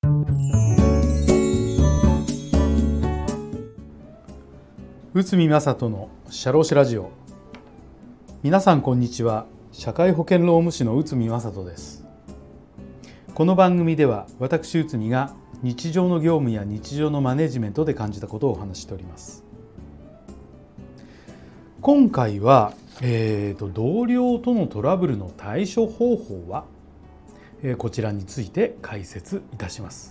内海正人の社労士ラジオ。皆さんこんにちは。社会保険労務士の内海正人です。この番組では私内海が日常の業務や日常のマネジメントで感じたことをお話しております。今回は、同僚とのトラブルの対処方法は、こちらについて解説いたします。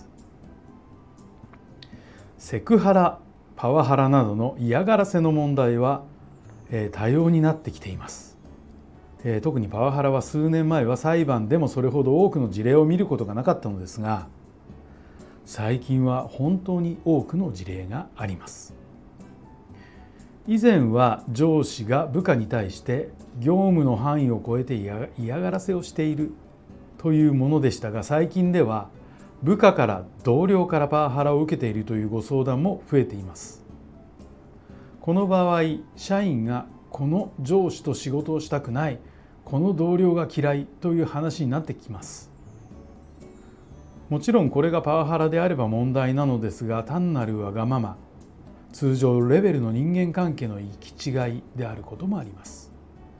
セクハラ、パワハラなどの嫌がらせの問題は、多様になってきています。特にパワハラは数年前は裁判でもそれほど多くの事例を見ることがなかったのですが、最近は本当に多くの事例があります。以前は上司が部下に対して業務の範囲を超えて嫌がらせをしているというものでしたが、最近では部下から同僚からパワハラを受けているというご相談も増えています。この場合、社員がこの上司と仕事をしたくない、この同僚が嫌いという話になってきます。もちろんこれがパワハラであれば問題なのですが、単なるわがまま、通常レベルの人間関係の行き違いであることもあります。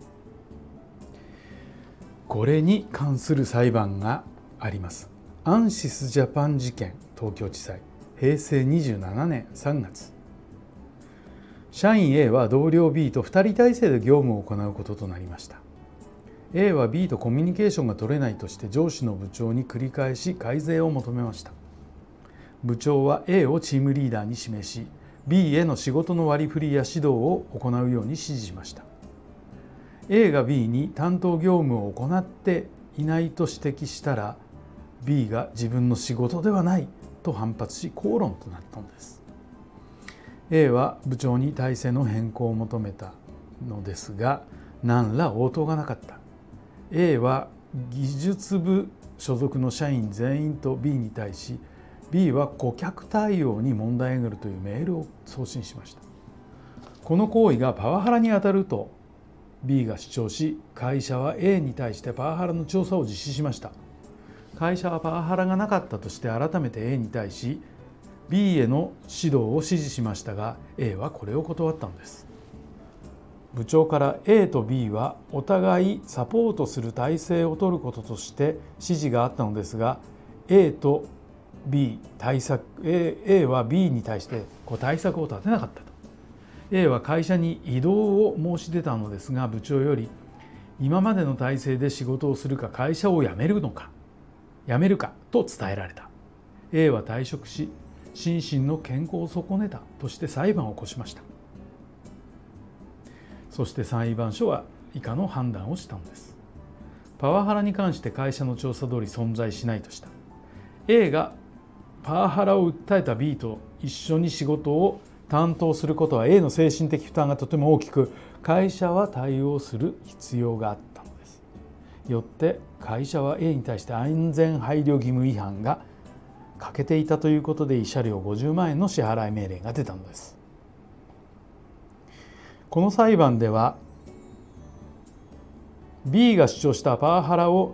これに関する裁判があります。アンシスジャパン事件、東京地裁、平成27年3月。社員 A は同僚 B と2人体制で業務を行うこととなりました。A は B とコミュニケーションが取れないとして上司の部長に繰り返し改善を求めました。部長は A をチームリーダーに示し、B への仕事の割り振りや指導を行うように指示しました。A が B に担当業務を行っていないと指摘したら、B が自分の仕事ではないと反発し口論となったのです。A は部長に体制の変更を求めたのですが、何ら応答がなかった。A は技術部所属の社員全員と B に対し、B は顧客対応に問題があるというメールを送信しました。この行為がパワハラにあたると B が主張し、会社は A に対してパワハラの調査を実施しました。会社はパワハラがなかったとして改めて A に対し B への指導を指示しましたが、 A はこれを断ったのです。部長から A と B はお互いサポートする体制を取ることとして指示があったのですが、 A と B 対策 A は B に対して対策を立てなかったと。 A は会社に異動を申し出たのですが、部長より今までの体制で仕事をするか会社を辞めるかと伝えられた。 A は退職し、心身の健康を損ねたとして裁判を起こしました。そして裁判所は以下の判断をしたのです。パワハラに関して会社の調査通り存在しないとした。 A がパワハラを訴えた B と一緒に仕事を担当することは A の精神的負担がとても大きく、会社は対応する必要があったのです。よって会社は A に対して安全配慮義務違反が欠けていたということで、慰謝料50万円の支払い命令が出たのです。この裁判では B が主張したパワハラを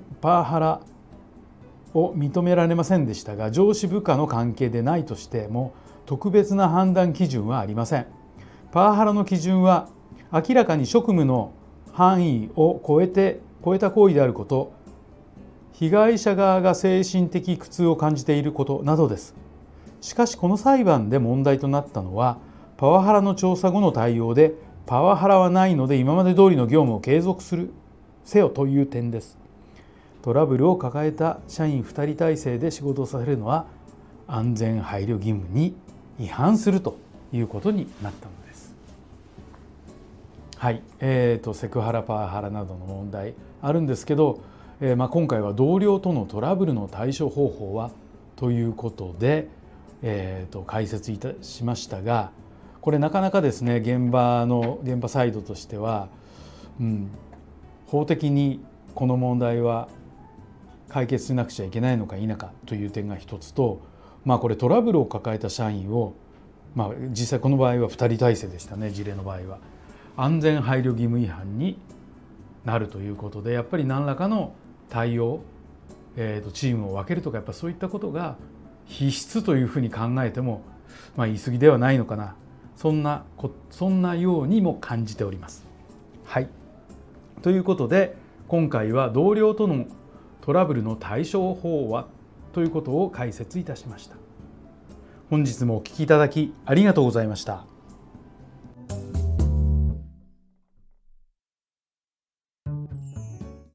認められませんでしたが、上司部下の関係でないとしても特別な判断基準はありません。パワハラの基準は明らかに職務の範囲を超えた行為であること、被害者側が精神的苦痛を感じていることなどです。しかしこの裁判で問題となったのは、パワハラの調査後の対応でパワハラはないので今まで通りの業務を継続せよという点です。トラブルを抱えた社員2人体制で仕事をさせるのは安全配慮義務に違反するということになったのです。はい、セクハラ、パワハラなどの問題あるんですけど、今回は同僚とのトラブルの対処方法はということで、解説いたしましたが、これなかなかですね、現場サイドとしては、法的にこの問題は解決しなくちゃいけないのか否かという点が一つと、これトラブルを抱えた社員を、実際この場合は2人体制でしたね、事例の場合は安全配慮義務違反になるということで、やっぱり何らかの対応、 チームを分けるとか、やっぱそういったことが必須というふうに考えても、言い過ぎではないのかな、そんなようにも感じております。はい、ということで今回は同僚とのトラブルの対処法はということを解説いたしました。本日もお聞きいただきありがとうございました。